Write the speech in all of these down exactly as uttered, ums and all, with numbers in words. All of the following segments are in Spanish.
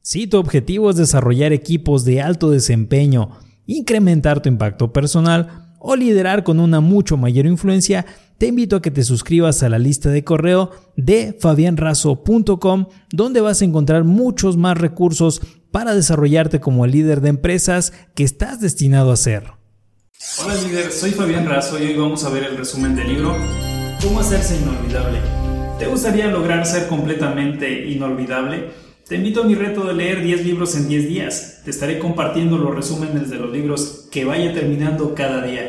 Si tu objetivo es desarrollar equipos de alto desempeño, incrementar tu impacto personal o liderar con una mucho mayor influencia, te invito a que te suscribas a la lista de correo de fabian razo punto com, donde vas a encontrar muchos más recursos para desarrollarte como el líder de empresas que estás destinado a ser. Hola líder, soy Fabián Razo y hoy vamos a ver el resumen del libro ¿Cómo hacerse inolvidable? ¿Te gustaría lograr ser completamente inolvidable? Te invito a mi reto de leer diez libros en diez días. Te estaré compartiendo los resúmenes de los libros que vaya terminando cada día.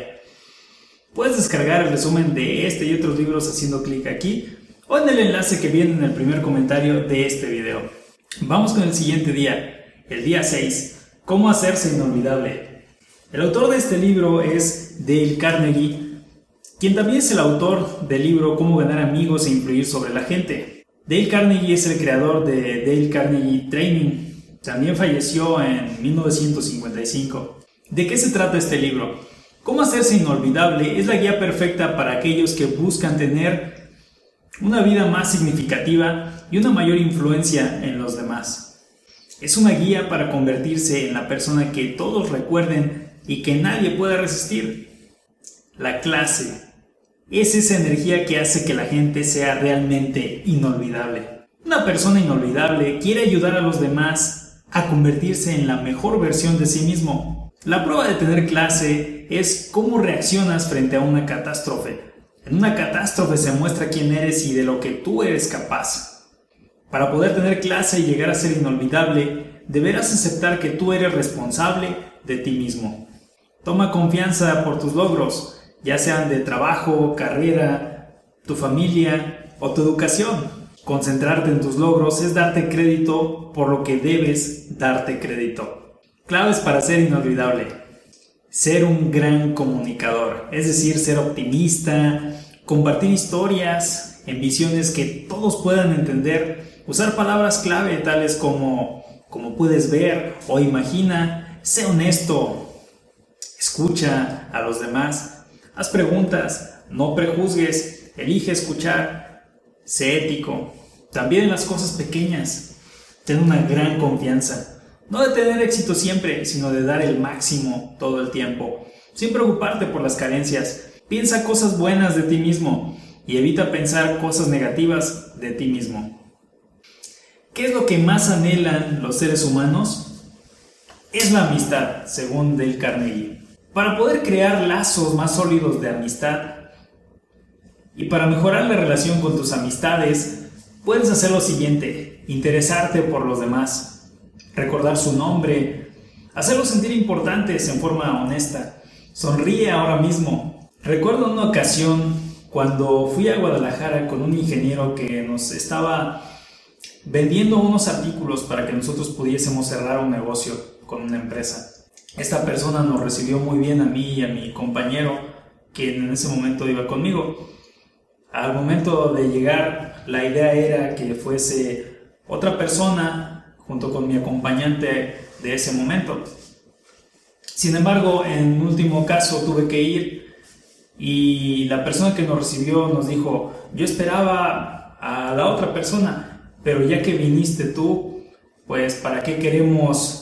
Puedes descargar el resumen de este y otros libros haciendo clic aquí o en el enlace que viene en el primer comentario de este video. Vamos con el siguiente día, el día seis. ¿Cómo hacerse inolvidable? El autor de este libro es Dale Carnegie, quien también es el autor del libro Cómo ganar amigos e influir sobre la gente. Dale Carnegie es el creador de Dale Carnegie Training. También falleció en mil novecientos cincuenta y cinco. ¿De qué se trata este libro? Cómo hacerse inolvidable es la guía perfecta para aquellos que buscan tener una vida más significativa y una mayor influencia en los demás. Es una guía para convertirse en la persona que todos recuerden y que nadie pueda resistir. La clase es esa energía que hace que la gente sea realmente inolvidable. Una persona inolvidable quiere ayudar a los demás a convertirse en la mejor versión de sí mismo. La prueba de tener clase es cómo reaccionas frente a una catástrofe. En una catástrofe se muestra quién eres y de lo que tú eres capaz. Para poder tener clase y llegar a ser inolvidable, deberás aceptar que tú eres responsable de ti mismo. Toma confianza por tus logros, ya sean de trabajo, carrera, tu familia o tu educación. Concentrarte en tus logros es darte crédito por lo que debes darte crédito. Claves para ser inolvidable. Ser un gran comunicador, es decir, ser optimista, compartir historias en visiones que todos puedan entender, usar palabras clave tales como como puedes ver o imagina, sé honesto, escucha a los demás. Haz preguntas, no prejuzgues, elige escuchar, sé ético. También en las cosas pequeñas, ten una gran confianza. No de tener éxito siempre, sino de dar el máximo todo el tiempo. Sin preocuparte por las carencias. Piensa cosas buenas de ti mismo y evita pensar cosas negativas de ti mismo. ¿Qué es lo que más anhelan los seres humanos? Es la amistad, según Dale Carnegie. Para poder crear lazos más sólidos de amistad y para mejorar la relación con tus amistades, puedes hacer lo siguiente: interesarte por los demás, recordar su nombre, hacerlos sentir importantes en forma honesta. Sonríe ahora mismo. Recuerdo una ocasión cuando fui a Guadalajara con un ingeniero que nos estaba vendiendo unos artículos para que nosotros pudiésemos cerrar un negocio con una empresa. Esta persona nos recibió muy bien a mí y a mi compañero, quien en ese momento iba conmigo. Al momento de llegar, la idea era que fuese otra persona junto con mi acompañante de ese momento. Sin embargo, en último caso tuve que ir y la persona que nos recibió nos dijo: yo esperaba a la otra persona, pero ya que viniste tú, pues ¿para qué queremos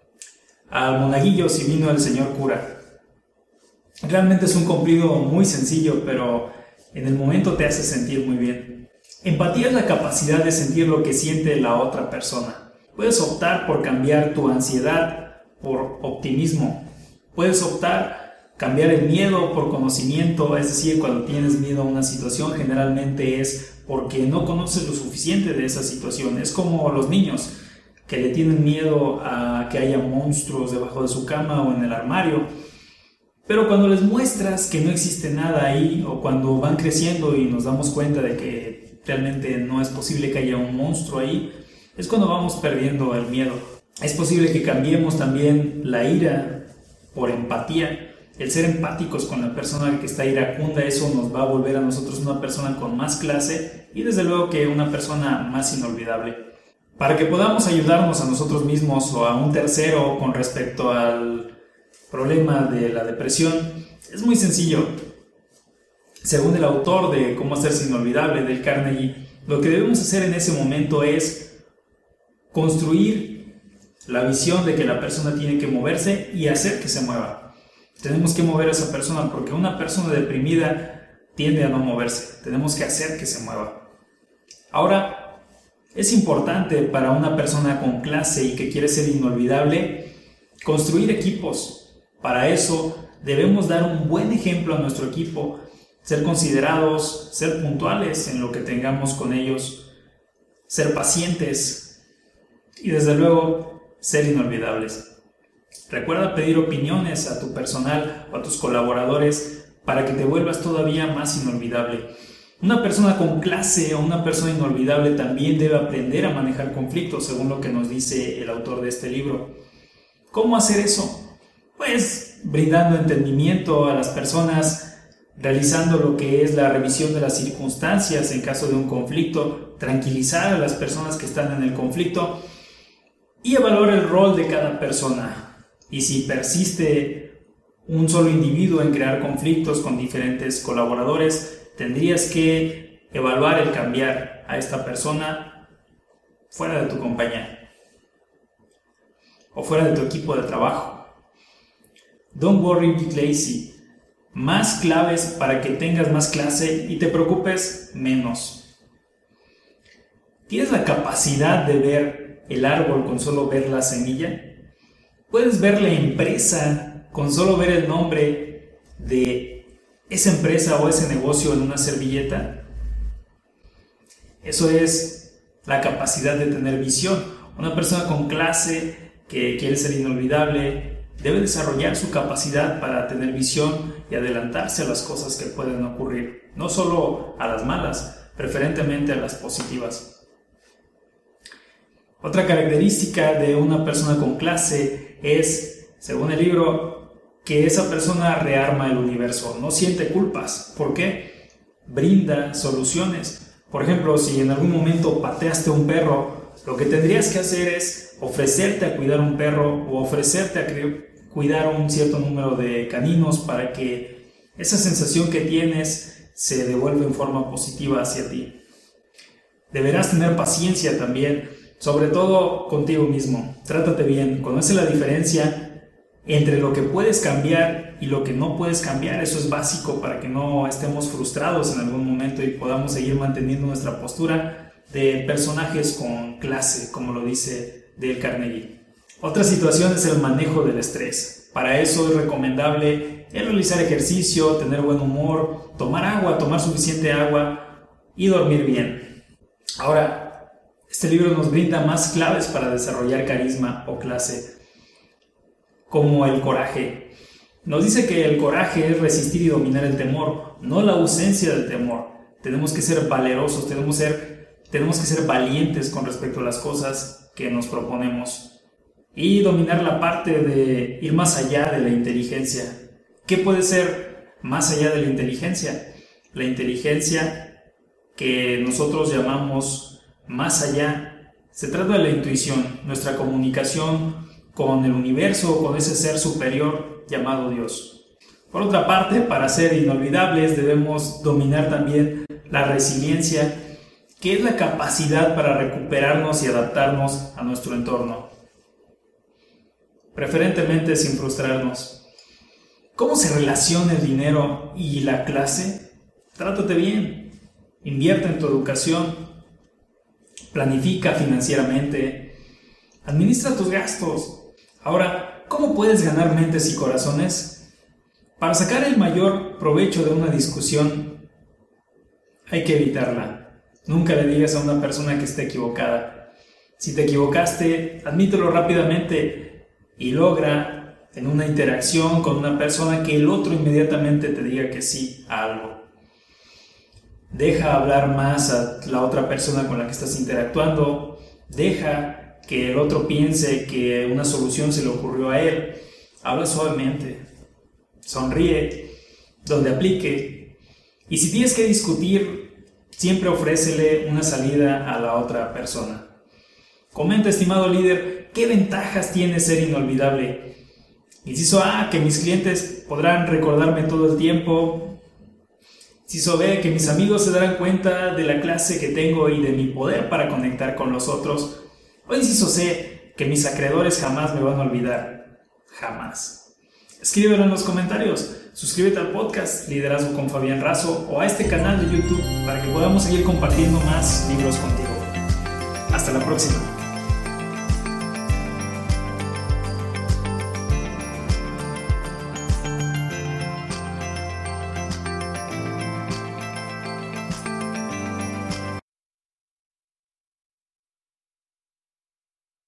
al monaguillo si vino el señor cura? Realmente es un cumplido muy sencillo, pero en el momento te hace sentir muy bien. Empatía es la capacidad de sentir lo que siente la otra persona. Puedes optar por cambiar tu ansiedad por optimismo. Puedes optar cambiar el miedo por conocimiento, es decir, cuando tienes miedo a una situación generalmente es porque no conoces lo suficiente de esa situación. Es como los niños que le tienen miedo a que haya monstruos debajo de su cama o en el armario. Pero cuando les muestras que no existe nada ahí, o cuando van creciendo y nos damos cuenta de que realmente no es posible que haya un monstruo ahí, es cuando vamos perdiendo el miedo. Es posible que cambiemos también la ira por empatía. El ser empáticos con la persona que está iracunda, eso nos va a volver a nosotros una persona con más clase y desde luego que una persona más inolvidable. Para que podamos ayudarnos a nosotros mismos o a un tercero con respecto al problema de la depresión, es muy sencillo. Según el autor de Cómo hacerse inolvidable, Dale Carnegie, lo que debemos hacer en ese momento es construir La visión de que la persona tiene que moverse y hacer que se mueva. Tenemos que mover a esa persona porque una persona deprimida tiende a no moverse. Tenemos que hacer que se mueva. Ahora, es importante para una persona con clase y que quiere ser inolvidable construir equipos. Para eso debemos dar un buen ejemplo a nuestro equipo, ser considerados, ser puntuales en lo que tengamos con ellos, ser pacientes y desde luego ser inolvidables. Recuerda pedir opiniones a tu personal o a tus colaboradores para que te vuelvas todavía más inolvidable. Una persona con clase o una persona inolvidable también debe aprender a manejar conflictos, según lo que nos dice el autor de este libro. ¿Cómo hacer eso? Pues brindando entendimiento a las personas, realizando lo que es la revisión de las circunstancias en caso de un conflicto, tranquilizar a las personas que están en el conflicto y evaluar el rol de cada persona. Y si persiste un solo individuo en crear conflictos con diferentes colaboradores, tendrías que evaluar el cambiar a esta persona fuera de tu compañía o fuera de tu equipo de trabajo. Don't worry, be lazy. Más claves para que tengas más clase y te preocupes menos. ¿Tienes la capacidad de ver el árbol con solo ver la semilla? ¿Puedes ver la empresa con solo ver el nombre de esa empresa o ese negocio en una servilleta? Eso es la capacidad de tener visión. Una persona con clase que quiere ser inolvidable debe desarrollar su capacidad para tener visión y adelantarse a las cosas que pueden ocurrir, no solo a las malas, preferentemente a las positivas. Otra característica de una persona con clase es, según el libro, que esa persona rearma el universo, no siente culpas. ¿Por qué? Brinda soluciones. Por ejemplo, si en algún momento pateaste a un perro, lo que tendrías que hacer es ofrecerte a cuidar un perro o ofrecerte a cuidar un cierto número de caninos para que esa sensación que tienes se devuelva en forma positiva hacia ti. Deberás tener paciencia también, sobre todo contigo mismo. Trátate bien, conoce la diferencia entre lo que puedes cambiar y lo que no puedes cambiar. Eso es básico para que no estemos frustrados en algún momento y podamos seguir manteniendo nuestra postura de personajes con clase, como lo dice Dale Carnegie. Otra situación es el manejo del estrés. Para eso es recomendable el realizar ejercicio, tener buen humor, tomar agua, tomar suficiente agua y dormir bien. Ahora, este libro nos brinda más claves para desarrollar carisma o clase, como el coraje. Nos dice que el coraje es resistir y dominar el temor, no la ausencia del temor. Tenemos que ser valerosos, tenemos, ser, tenemos que ser valientes con respecto a las cosas que nos proponemos. Y dominar la parte de ir más allá de la inteligencia. ¿Qué puede ser más allá de la inteligencia? La inteligencia que nosotros llamamos más allá, se trata de la intuición, nuestra comunicación con el universo, con ese ser superior llamado Dios. Por otra parte, para ser inolvidables debemos dominar también la resiliencia, que es la capacidad para recuperarnos y adaptarnos a nuestro entorno, preferentemente sin frustrarnos. ¿Cómo se relaciona el dinero y la clase? Trátate bien, invierte en tu educación, planifica financieramente, administra tus gastos. Ahora, ¿cómo puedes ganar mentes y corazones? Para sacar el mayor provecho de una discusión, hay que evitarla. Nunca le digas a una persona que esté equivocada. Si te equivocaste, admítelo rápidamente y logra en una interacción con una persona que el otro inmediatamente te diga que sí a algo. Deja hablar más a la otra persona con la que estás interactuando. Deja que el otro piense que una solución se le ocurrió a él. Habla suavemente. Sonríe donde aplique. Y si tienes que discutir, siempre ofrécele una salida a la otra persona. Comenta, estimado líder, ¿qué ventajas tiene ser inolvidable? Inciso A, que mis clientes podrán recordarme todo el tiempo. Inciso B, que mis amigos se darán cuenta de la clase que tengo y de mi poder para conectar con los otros. O inciso C, que mis acreedores jamás me van a olvidar. Jamás. Escríbelo en los comentarios. Suscríbete al podcast Liderazgo con Fabián Razo o a este canal de YouTube para que podamos seguir compartiendo más libros contigo. Hasta la próxima.